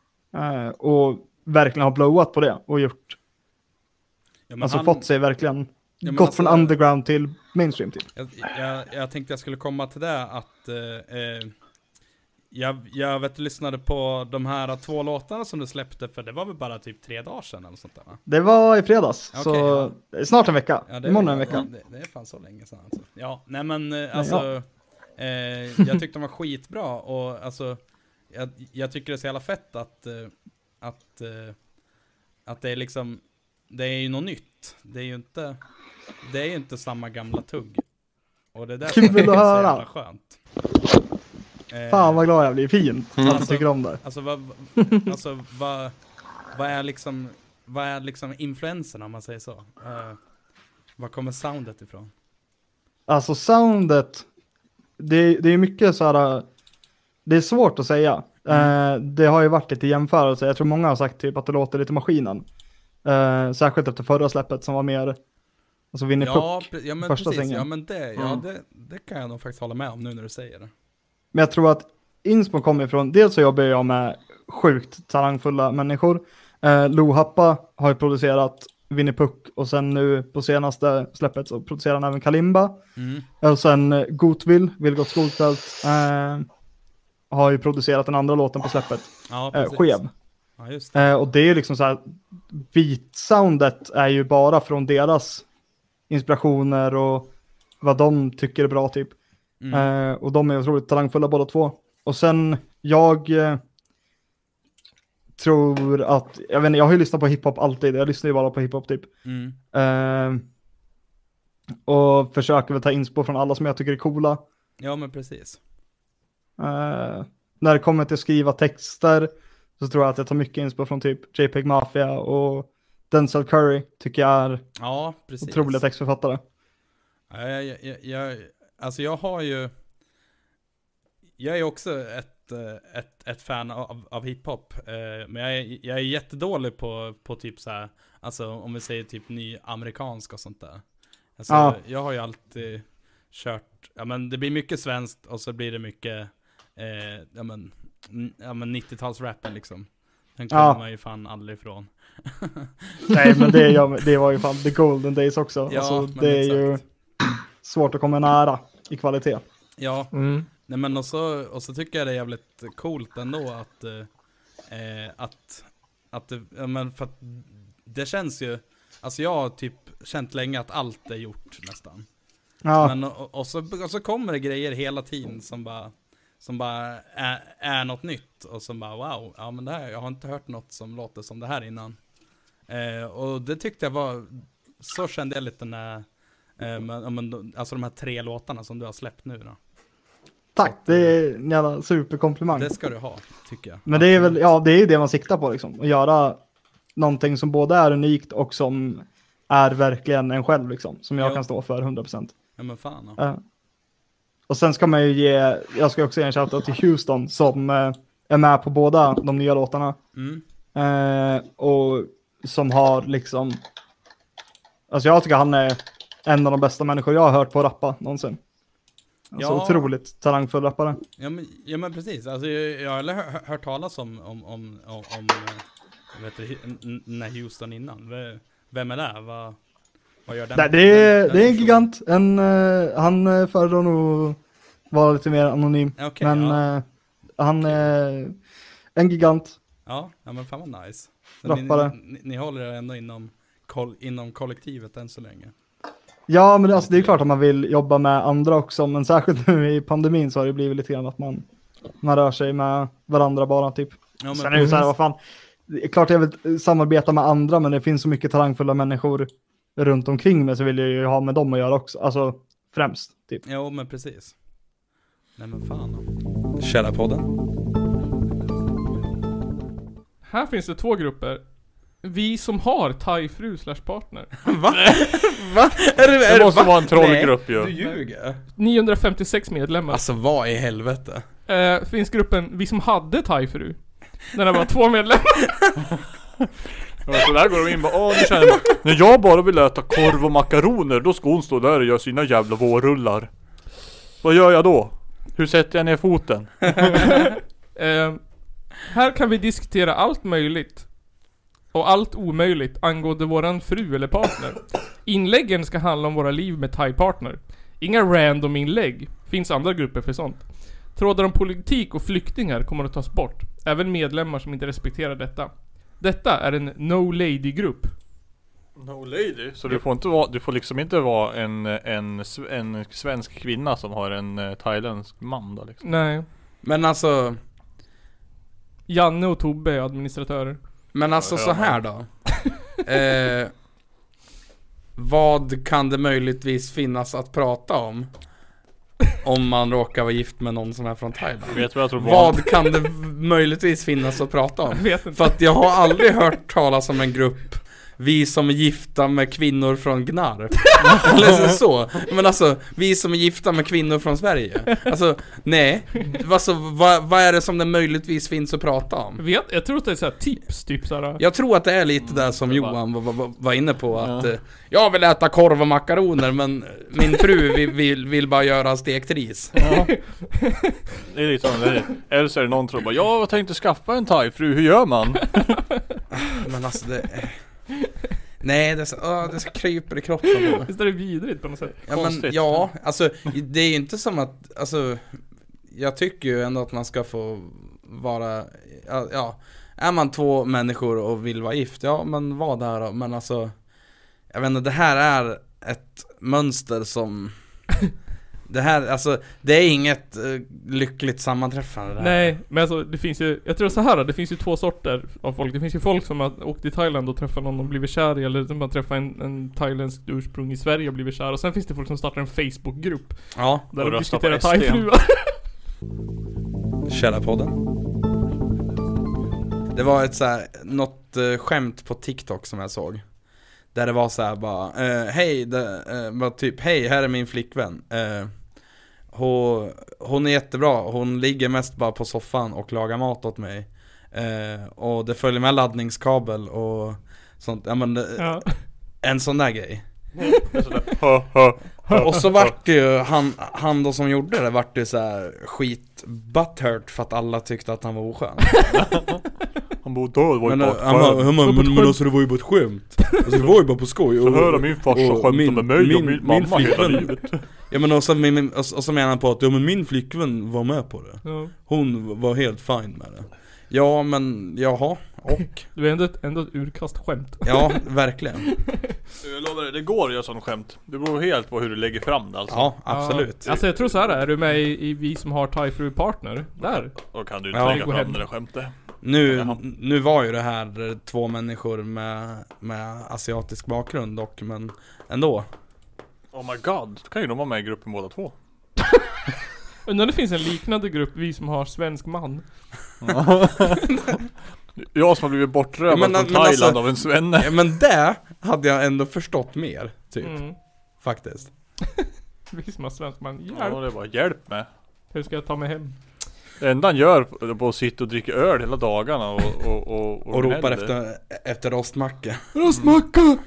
Och verkligen har blowat på det och gjort. Ja, alltså fått sig verkligen gått alltså, från underground till mainstream typ. Jag tänkte jag skulle komma till det att jag lyssnade på de här 2 låtarna som du släppte, för det var väl bara typ 3 dagar sedan eller sånt där, va? Det var i fredags, okay, så snart en vecka. Ja, imorgon en vecka. Det är fan så länge sedan alltså. Ja, nej men alltså jag tyckte de var skitbra och alltså jag tycker det är så jävla fett att det är liksom, det är ju något nytt. Det är ju inte samma gamla tugg. Och det där kul att höra. Så jävla skönt. Fan vad glad jag blir, fint att du tycker om det. Alltså vad är liksom influenserna, om man säger så? Var kommer soundet ifrån? Alltså soundet, det är mycket så här, det är svårt att säga. Det har ju varit lite jämförelse. Jag tror många har sagt typ att det låter lite maskinen. Särskilt efter förra släppet som var mer alltså Winnie Puck, första precis, sängen. Ja, men det kan jag nog faktiskt hålla med om nu när du säger det. Men jag tror att inspo kommer ifrån, dels så jobbar jag med sjukt talangfulla människor. Lo Happa har ju producerat Winnie Puck och sen nu på senaste släppet så producerar han även Kalimba. Och sen Gotvill, Vilgot Skolkvält, har ju producerat den andra låten på släppet. Ja, Skev. Ja, just det. Och det är ju liksom så här, beat-soundet är ju bara från deras inspirationer och vad de tycker är bra typ. Och de är otroligt talangfulla båda två. Och sen jag tror att, jag vet inte, jag har ju lyssnat på hiphop alltid. Jag lyssnar ju bara på hiphop typ. Och försöker väl ta inspo från alla som jag tycker är coola. Ja, men precis. När det kommer till att skriva texter så tror jag att jag tar mycket inspo från typ JPEG Mafia och Denzel Curry tycker jag är otroliga textförfattare. Alltså jag är också ett fan av hiphop, men jag är jättedålig på typ så här, alltså om vi säger typ ny amerikansk och sånt där. Alltså jag har ju alltid kört, ja men det blir mycket svenskt och så blir det mycket 90-talsrappen liksom. Den kommer man ju fan aldrig ifrån. Nej, men det var ju fan the golden days också. Ja, alltså, det är ju svårt att komma nära i kvalitet. Ja, nej men och så tycker jag det är jävligt coolt ändå att men för att det känns ju, alltså jag har typ känt länge att allt är gjort nästan. Ja. Men och så kommer det grejer hela tiden som bara är något nytt och som bara wow, ja men det här, jag har inte hört något som låter som det här innan. Och det tyckte jag var, så kände jag lite när alltså de här 3 låtarna som du har släppt nu då. Tack, det är en jävla superkomplimang. Det ska du ha, tycker jag. Men det är väl, det är ju det man siktar på liksom. Att göra någonting som både är unikt och som är verkligen en själv liksom. Som jag kan stå för 100%. Ja men fan. Och sen ska man ju jag ska också ge en shoutout till Houston som är med på båda de nya låtarna. Och som har liksom, alltså jag tycker han är en av de bästa människor jag har hört på rappa någonsin. Alltså otroligt talangfull rappare. Ja men precis. Alltså jag har hört talas om vet du, när Houston innan. Vem är det? Vad gör den? Det är en gigant. Han föredrar nog vara lite mer anonym. Okay, men han är en gigant. Ja men fan vad nice. Rappare. Ni håller er ändå inom kollektivet än så länge. Ja, men alltså, det är klart att man vill jobba med andra också. Men särskilt nu i pandemin så har det blivit lite grann att man rör sig med varandra bara typ. Ja, sen är det så här, vad fan. Det är klart jag vill samarbeta med andra, men det finns så mycket talangfulla människor runt omkring mig, så vill jag ju ha med dem att göra också. Alltså främst typ. Jo, men precis. Nej men fan. Källarpodden. Här finns det 2 grupper. Vi som har thai-fru /partner. Va? Det måste vara en trollgrupp ju. Du ljuger. 956 medlemmar. Alltså vad i helvete? Finns gruppen Vi som hade thai-fru. Den har bara 2 medlemmar. Så där går de in och nu känner man, när jag bara vill äta korv och makaroner, då ska hon stå där och göra sina jävla vårrullar. Vad gör jag då? Hur sätter jag ner foten? Här kan vi diskutera allt möjligt och allt omöjligt angående våran fru eller partner. Inläggen ska handla om våra liv med thai-partner. Inga random inlägg. Finns andra grupper för sånt. Trådar om politik och flyktingar kommer att tas bort. Även medlemmar som inte respekterar detta. Detta är en no lady-grupp. No lady? Så du får liksom inte vara en svensk kvinna som har en thailändsk man då liksom. Nej. Men alltså Janne och Tobbe är administratörer. Men alltså så här då. Vad kan det möjligtvis finnas att prata om man råkar vara gift med någon som är från Thailand? Vad kan det möjligtvis finnas att prata om? För att jag har aldrig hört talas om en grupp vi som är gifta med kvinnor från Gnarp. Eller så. Men alltså, vi som är gifta med kvinnor från Sverige. Alltså, nej. Alltså, vad är det som det möjligtvis finns att prata om? Jag tror att det är så här tips, typ såhär. Jag tror att det är lite där som Johan var inne på. Att jag vill äta korv och makaroner, men min fru vill bara göra stekt ris. Ja. Det är lite sådär. Eller så är det någon tror bara, jag tänkte skaffa en thai-fru, hur gör man? Men alltså det... Nej, det ska krypa i kroppen. Visst är det vidrigt på något sätt? Ja, alltså det är ju inte som att, alltså jag tycker ju ändå att man ska få vara, ja, är man 2 människor och vill vara gift, ja men vad där då, men alltså jag vet inte, det här är ett mönster som det här, alltså det är inget lyckligt sammanträffande där. Nej, men alltså det finns ju, jag tror så här, det finns ju 2 sorter av folk. Det finns ju folk som har åkt till Thailand och träffat någon och blivit kär i, eller som har träffat en thailändsk ursprung i Sverige och blivit kär. Och sen finns det folk som startar en Facebookgrupp. Ja, där de diskuterar thai-fruar. Källarpodden. Det var ett så här, något skämt på TikTok som jag såg. Där det var så här bara, hej, typ, hej, här är min flickvän. Hon är jättebra. Hon ligger mest bara på soffan och lagar mat åt mig. Och det följer med laddningskabel och sånt. Ja, men, en sån där grej. Och så vart det ju han då som gjorde det vart det så här skit butthurt för att alla tyckte att han var oskön. Han bodde då, det var ju men alltså det var ju bara ett skämt. Alltså det var ju bara på skoj. Så hör min farsa skämta med mig och min mamma hela livet. Ja men och så menar han på att min flickvän var med på det. Ja. Hon var helt fine med det. Ja men, jaha, och? Du är ändå ett urkast skämt. Ja, verkligen. Jag lovar dig, det går att göra sån skämt. Det beror helt på hur du lägger fram det alltså. Ja, absolut. Ja. Alltså jag tror så här, är du med i Vi som har Thai-fru partner? Där. Då kan du inte lägga fram det där skämtet. Nu var ju det här 2 människor med asiatisk bakgrund dock, men ändå. Oh my god, då kan ju de vara med i gruppen båda 2. Undrar det finns en liknande grupp, Vi som har svensk man. Jag som har blivit bortrövad från Thailand alltså, av en svenne. Ja, men det hade jag ändå förstått mer, typ. Faktiskt. Vi som har svensk man, hjälp. Ja, det var hjälp med. Hur ska jag ta mig hem? Det enda han gör är bara att sitta och dricka öl hela dagarna och ropar efter rostmacka. Rostmacka!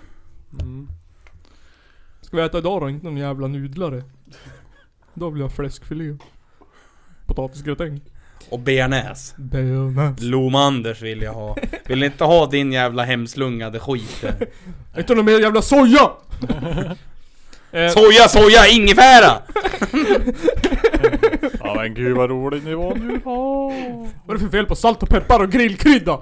Ska vi äta idag då? Inte någon jävla nudlare. Då vill jag fläskfilé. Potatisgratäng. Och bearnaise. Lomanders vill jag ha. Vill inte ha din jävla hemslungade skit. Inte någon mer jävla soja! Soja, ingefära! Ja men gud vad roligt ni var nu. Vad är det för fel på salt och peppar och grillkrydda?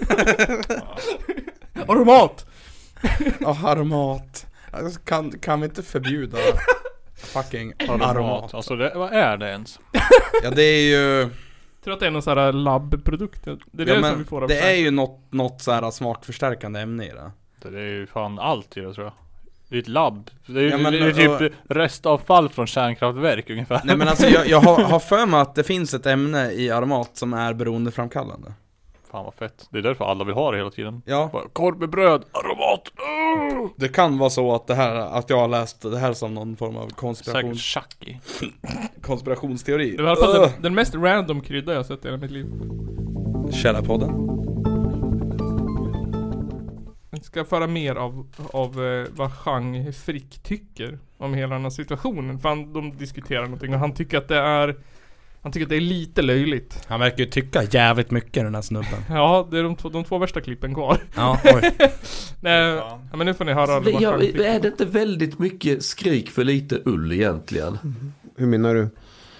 Aromat! Ja, aromat. Kan vi inte förbjuda fucking aromat? Alltså vad är det ens? Ja det är ju... Jag tror att det är någon sån här labbprodukt. Det är det som vi får av. Det är ju något så här smakförstärkande ämne i det. Det är ju fan allt i det tror jag. Det är ett labb. Det är typ restavfall från kärnkraftverk ungefär. Nej men alltså jag har för mig att det finns ett ämne i aromat som är beroendeframkallande. Fan vad fett. Det är därför alla vill ha det hela tiden. Ja. Bara, korv med bröd, aromat. Det kan vara så att att jag har läst det här som någon form av konspirationsteori. Det var i alla fall den mest random krydda jag sett i hela mitt liv. Källarpodden. Jag ska föra mer av vad Chang Frick tycker om hela den här situationen. För de diskuterar någonting och han tycker att det är lite löjligt. Han verkar ju tycka jävligt mycket den här snubben. Ja, det är de två värsta klippen kvar. Ja, oj. Nej, men nu får ni höra. Är det inte väldigt mycket skrik för lite ull egentligen? Hur menar du?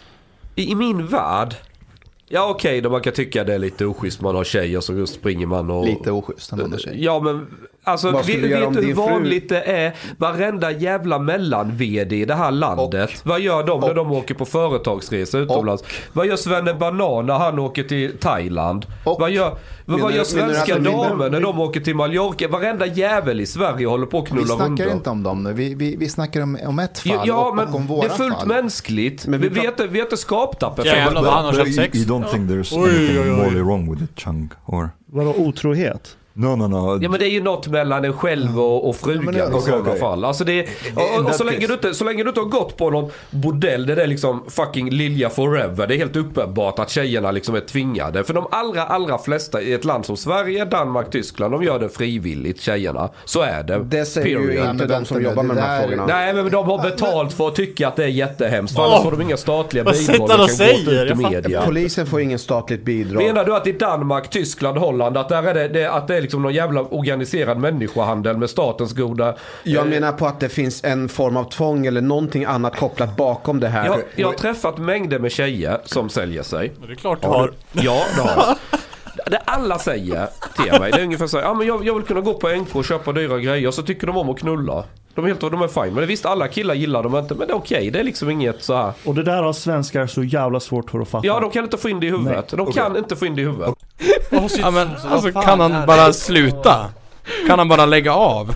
I min värld. Ja okej, då man kan tycka det är lite oschysst. Man har tjejer som just springer man och... Lite oschysst när man har tjejer. Ja men alltså vet du hur vanligt det är? Varenda jävla mellan-vd i det här landet. Vad gör de när de åker på företagsresa utomlands? Vad gör Svenne Banan när han åker till Thailand? Vad gör svenska damer när de åker till Mallorca? Varenda jävel i Sverige håller på att knulla runt. Vi snackar inte om dem nu. Vi snackar om ett fall. Ja men om våra det är fullt fall. Mänskligt. Men vi har inte skapat det. Jävlar vad han har köpt sex. You don't think there's anything morally wrong with it, Chang? Or... Vadå otrohet? No. Ja men det är ju något mellan en själv och frugan i sådana fall. Alltså det och så länge du inte har gått på någon bordell där det är liksom fucking Lilja forever. Det är helt uppenbart att tjejerna liksom är tvingade. För de allra flesta i ett land som Sverige, Danmark, Tyskland, de gör det frivilligt, tjejerna. Så är det. Det säger ju inte de som jobbar med de här frågorna. Nej men de har betalt för att tycka att det är jättehemskt. För annars får de inga statliga bidrag. Vad sitter de och säger? Media. Polisen får ingen statligt bidrag. Menar du att i Danmark, Tyskland, Holland att där är det är liksom någon jävla organiserad människohandel med statens goda... Jag menar på att det finns en form av tvång eller någonting annat kopplat bakom det här. Jag har träffat mängder med tjejer som säljer sig. Det är klart du har. Ja, det har. Det alla säger till mig, det är ungefär så här, ja men jag vill kunna gå på NK och köpa dyra grejer, så tycker de om att knulla. De är fine, men det visst alla killar gillar dem inte, men det är okej, det är liksom inget så här. Och det där har svenskar så jävla svårt för att fatta. Ja, de kan inte få in det i huvudet. Nej. De kan inte få in det i huvudet. Ja, men alltså kan han bara sluta? Kan han bara lägga av?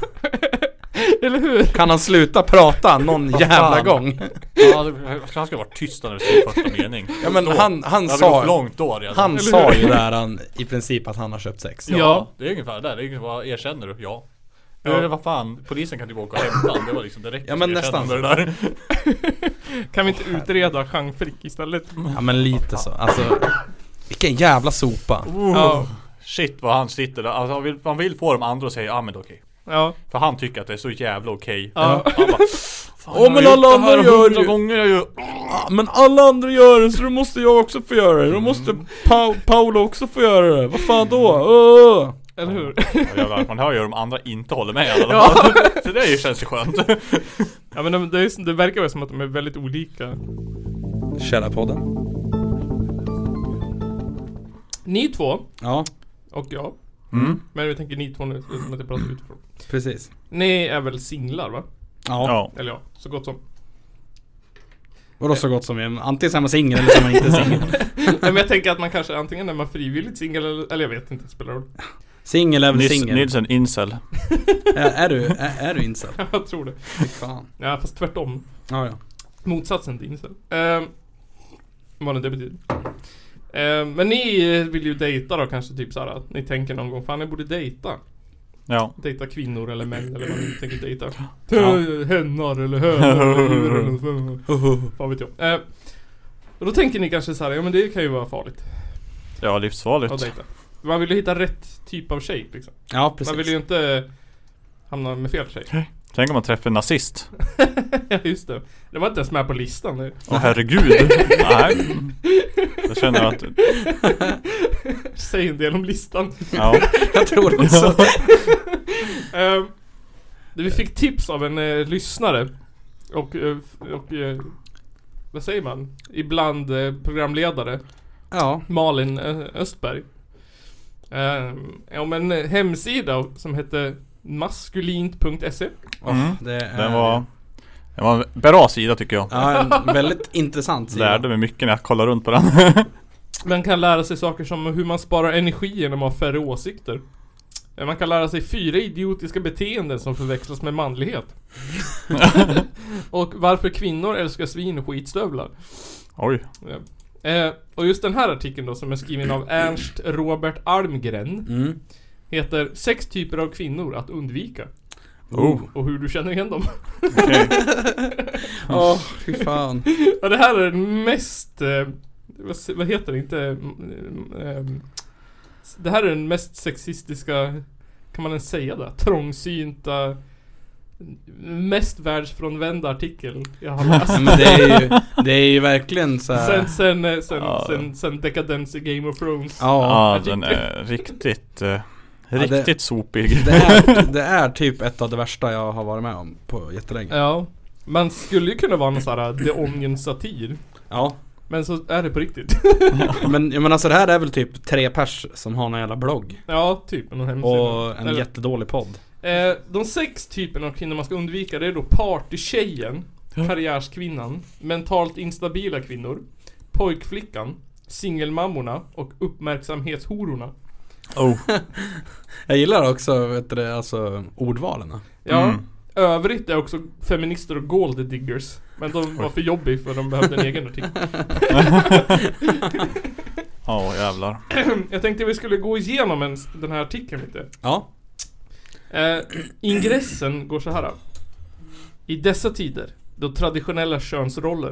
Eller hur? Kan han sluta prata någon jävla gång? Ja, han ska vara tyst när det står första mening. Ja men han sa ju där i princip att han har köpt sex. Ja, det är ungefär där. Det är ungefär vad erkänner du? Ja. Eller vad fan, polisen kan typ åka och hämta. Det var liksom direkt. Ja men nästan det där. Kan vi inte utreda Chang Frick istället? Ja men lite så. Alltså vilken jävla sopa. Shit vad han sitter där. Alltså, man vill få de andra att säga, ja men okej. Ja. För han tycker att det är så jävla okej. Ja. Han bara, men alla andra gör det. Gånger jag gör. Men alla andra gör det, så då måste jag också få göra det. Då måste Paolo också få göra det. Vad fan då? Eller hur? Ja, man hör ju de andra inte håller med i alla fall. Så det känns ju skönt. Ja, men det verkar väl som att de är väldigt olika. Källarpodden. Ni två. Ja. Och jag. Mm. Men vi tänker ni två nu, som att jag pratar utifrån. Precis. Ni är väl singlar, va? Ja. Eller ja, så gott som. Vadå så gott som? Antingen är man singel eller så är man inte singel. Men jag tänker att man kanske antingen är man frivilligt singel eller jag vet inte, det spelar roll. Singel är väl singel. Nilsen incel. Är du incel? Jag tror det. Fan. Ja, fast tvärtom. Ja. Motsatsen till incel. Vad det betyder. Men ni vill ju dejta då kanske, typ såhär att ni tänker någon gång, fan jag borde dejta. Ja. Dejta kvinnor eller män eller vad ni tänker dejta. Hennar eller hönor. Vad vet jag. Och då tänker ni kanske såhär, ja men det kan ju vara farligt. Ja, livsfarligt. Att dejta. Man vill ju hitta rätt typ av tjej liksom. Ja, precis. Man vill ju inte hamna med fel tjej. Tänk om man träffar en nazist. Ja, just det. Det var inte ens med på listan. Åh herregud. Nej. Jag känner att säg en del om listan. Ja. Jag tror också. Vi fick tips av en lyssnare och vad säger man? Ibland programledare. Ja. Malin Östberg. Om en hemsida som heter maskulint.se. Den var en bra sida tycker jag. Ja, en väldigt intressant sida. Lärde mig mycket när jag kollade runt på den. Man kan lära sig saker som hur man sparar energi genom att ha färre åsikter. Man kan lära sig 4 idiotiska beteenden som förväxlas med manlighet. Och varför kvinnor älskar svin och skitstövlar. Oj. Ja. Och just den här artikeln då, som är skriven av Ernst Robert Almgren, heter 6 typer av kvinnor att undvika. Och hur du känner igen dem. Okej. Fy fan. Ja, det här är den mest vad heter det inte det här är den mest sexistiska, kan man ens säga det, trångsynta, mest världsfrånvända artikel jag har läst. Men det är ju verkligen så här. Sen Decadence i Game of Thrones. Ja, den är riktigt sopig. Det är typ ett av det värsta jag har varit med om på jättelänge. Ja, man skulle ju kunna vara någon sån här The Onion satir. Ja. Men så är det på riktigt. men alltså det här är väl typ 3 pers som har en jävla blogg. Ja, typ någon hemsida. Och en jättedålig podd. De 6 typerna av kvinnor man ska undvika, det är då partytjejen, karriärskvinnan, mentalt instabila kvinnor, pojkflickan, singelmammorna och uppmärksamhetshororna. Jag gillar också, vet du, alltså ordvalen. Ja, övrigt är också feminister och gold diggers. Men de var för jobbiga för de behövde en egen artikel. Jävlar. Jag tänkte vi skulle gå igenom den här artikeln lite. Ja. Ingressen går så här. I dessa tider, då traditionella könsroller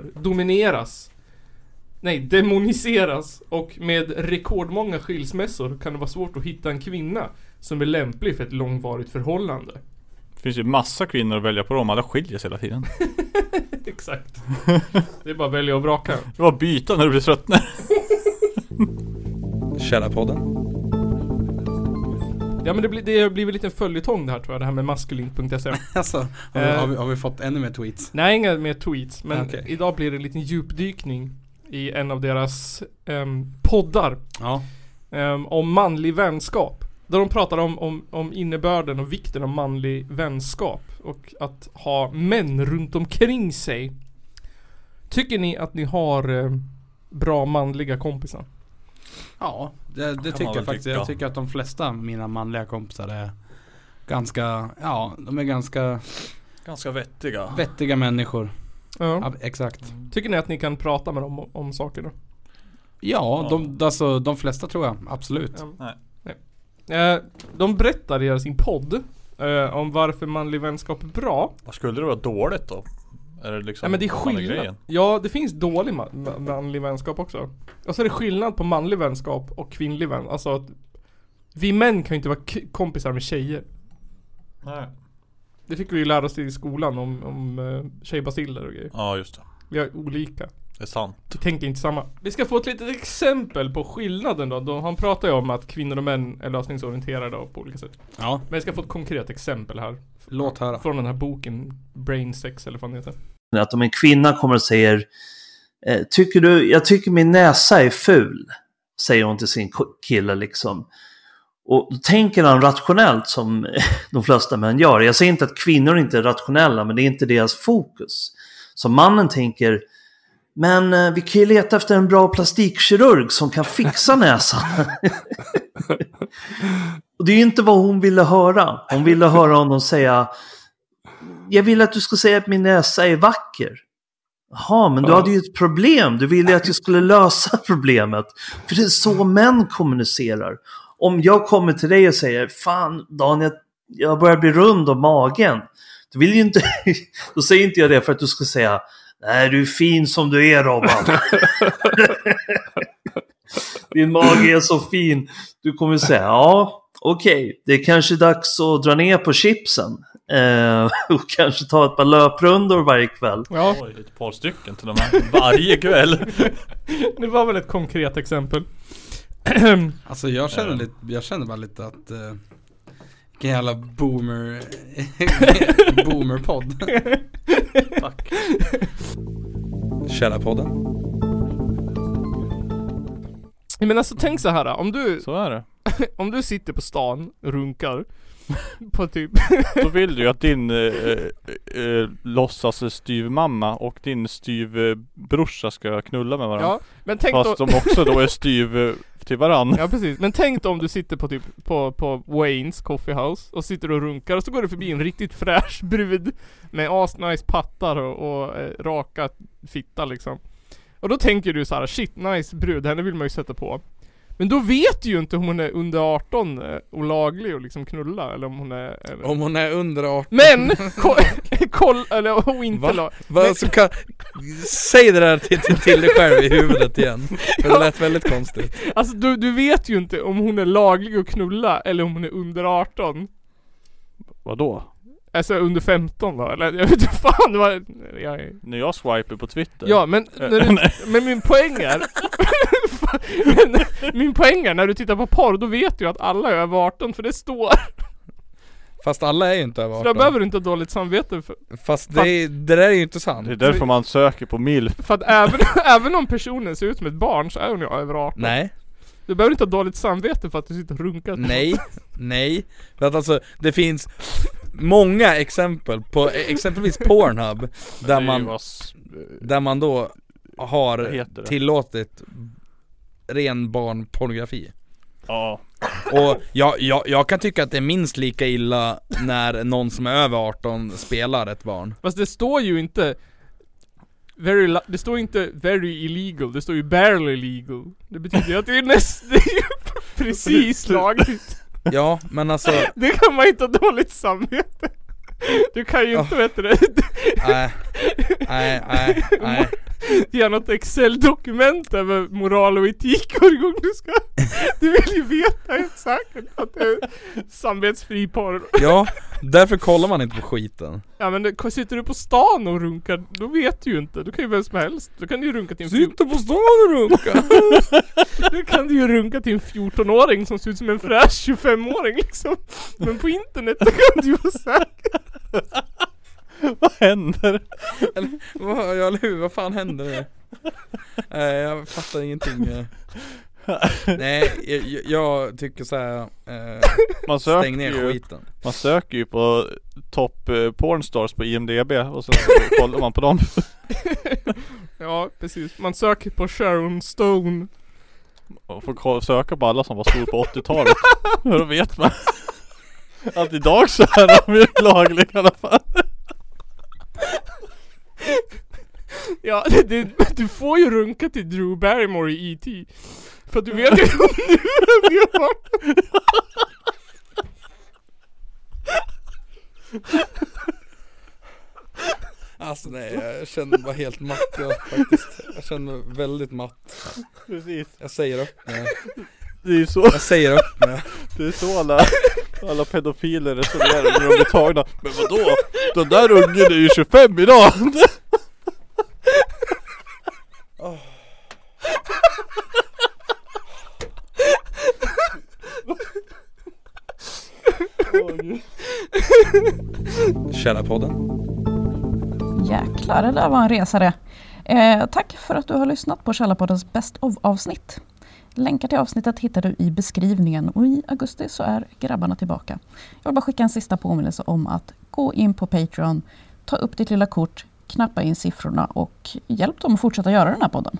demoniseras och med rekordmånga skilsmässor kan det vara svårt att hitta en kvinna som är lämplig för ett långvarigt förhållande. Det finns ju massa kvinnor att välja på dem, alla skiljer sig hela tiden. Exakt. Det är bara att välja och vraka. Det var byta när du blir trött. Källarpodden. Ja, men det blir väl lite en följetong det här, tror jag, det här med maskulint.se. Alltså, har vi fått ännu mer tweets? Nej, inga mer tweets. Men idag blir det en liten djupdykning i en av deras poddar. Ja. Om manlig vänskap. Där de pratar om innebörden och vikten av manlig vänskap. Och att ha män runt omkring sig. Tycker ni att ni har bra manliga kompisar? Ja, det tycker jag faktiskt. Jag tycker att de flesta av mina manliga kompisar är ganska, de är ganska vettiga människor. Ja, exakt. Tycker ni att ni kan prata med dem om saker då? Ja, de flesta tror jag, absolut. De berättar i sin podd om varför manlig vänskap är bra. Vad skulle det vara dåligt då? Är det liksom, men det är skillnad. Ja, det finns dålig manlig vänskap också. Och så är det skillnad på manlig vänskap och kvinnlig vänskap. Alltså att vi män kan ju inte vara kompisar med tjejer. Nej. Det fick vi ju lära oss i skolan om tjejbaciller och grejer. Ja, just det. Vi är olika. Det är sant. Vi tänker inte samma. Vi ska få ett litet exempel på skillnaden då. Han pratar ju om att kvinnor och män är lösningsorienterade på olika sätt. Ja. Men jag ska få ett konkret exempel här. Låt höra. Från den här boken Brain Sex eller vad det heter. Att om en kvinna kommer och säger jag tycker min näsa är ful, säger hon till sin kille liksom. Och då tänker han rationellt som de flesta män gör. Jag säger inte att kvinnor inte är rationella, men det är inte deras fokus. Så mannen tänker, men vi kan ju leta efter en bra plastikkirurg som kan fixa näsan. Och det är ju inte vad hon ville höra. Hon ville höra honom säga, jag vill att du ska säga att min näsa är vacker. Jaha, men du hade ju ett problem. Du ville att jag skulle lösa problemet. För det är så män kommunicerar. Om jag kommer till dig och säger, fan Daniel, jag börjar bli rund om magen. Du vill ju inte, då säger inte jag det för att du ska säga, nej, du är fin som du är, Robban. Din mage är så fin. Du kommer säga, ja, okej, det är kanske dags att dra ner på chipsen. Och kanske ta ett par löprundor varje kväll. Ja. Oj, ett par stycken till och med. Varje kväll. Det var väl ett konkret exempel. Alltså jag känner bara lite att vilken jävla boomerpodd. Tack. Källarpodden. Men alltså tänk så här, Så är det. om du sitter på stan och runkar på typ då vill du ju att din låtsas styvmamma och din styvbrorsa ska knulla med varandra. Ja, men tänk fast de också då är styv till varandra. Ja, precis. Men tänk då om du sitter på typ på Waynes Coffee House och sitter och runkar och så går det förbi en riktigt fräsch brud med asnice pattar och raka fitta liksom. Och då tänker du så här: shit, nice brud, henne vill man ju sätta på. Men då vet du ju inte om hon är under 18 och laglig och liksom knulla, eller om hon är... Eller... Om hon är under 18. Men! Eller hon inte lag. Säg det där till dig själv i huvudet igen. För det lät väldigt konstigt. Alltså du vet ju inte om hon är laglig och knulla eller om hon är under 18. Vadå? Alltså under 15 då, eller jag vet inte fan det var... När jag swiper på Twitter. Ja, men min poäng är... min poäng är, när du tittar på porr, då vet du att alla är över 18, för det står. Fast alla är ju inte över 18. Så där behöver du inte ha dåligt samvete för. Fast det där är ju inte sant. Det är därför man söker på MILF. För att även om personen ser ut som ett barn så är hon ju över 18. Nej. Du behöver inte ha dåligt samvete för att du sitter och runkar. Nej. För att alltså, det finns många exempel på exempelvis Pornhub där man då har tillåtit ren barnpornografi. Ja. Och jag kan tycka att det är minst lika illa när någon som är över 18 spelar ett barn. Fast det står ju inte det står inte very illegal, det står ju barely legal. Det betyder ju att det är nästan precis lagligt. Ja, men alltså det kan man inte ha dåligt samvete. Du kan ju inte veta det. Nej. Ge något Excel-dokument över moral och etik varje gång du ska. Du vill ju veta helt säkert att det är samvetsfri porr. Ja, därför kollar man inte på skiten. Ja, men sitter du på stan och runkar, då vet du ju inte. Du kan ju vem som helst. Då kan du ju runka till en sitter på stan och runka. Då kan du ju runka till en 14-åring som ser ut som en fräsch 25-åring liksom. Men på internet då kan du ju vara säker. Vad händer? Vad fan händer? Jag fattar ingenting. Nej, jag tycker så här. Stäng ner skiten. Man söker ju på topp pornstars på IMDb och så kollar man på dem. Ja, precis. Man söker på Sharon Stone. Och får söka på alla som var stor på 80-talet. Då vet man att idag så är de ju lagliga i alla fall. Ja, du får ju runka till Drew Barrymore i E.T. För att du vet ju om du har. Alltså nej, jag känner bara helt matt faktiskt. Jag känner väldigt matt. Precis. Jag säger upp nu. Det är så. Jag säger upp nu. Det är så alla Alla pedofiler resonerar när de blir tagna. Men vadå? Den där ungen är ju 25 idag. Källarpodden. Jäklar, det där var en resa det. Tack för att du har lyssnat på Källarpoddens Best of-avsnitt. Länkar till avsnittet hittar du i beskrivningen och i augusti så är grabbarna tillbaka. Jag vill bara skicka en sista påminnelse om att gå in på Patreon, ta upp ditt lilla kort, knappa in siffrorna och hjälp dem att fortsätta göra den här podden.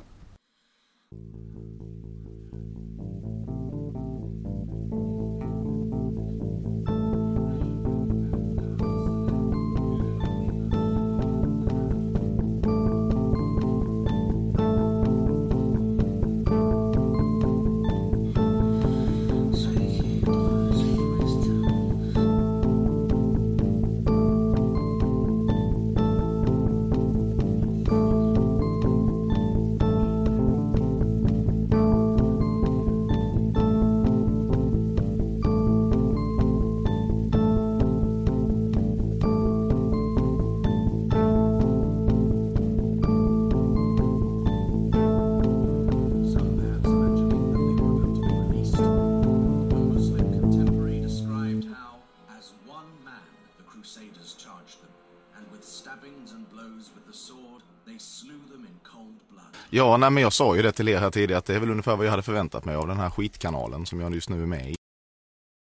Ja, nej, men jag sa ju det till er här tidigare att det är väl ungefär vad jag hade förväntat mig av den här skitkanalen som jag just nu är med i.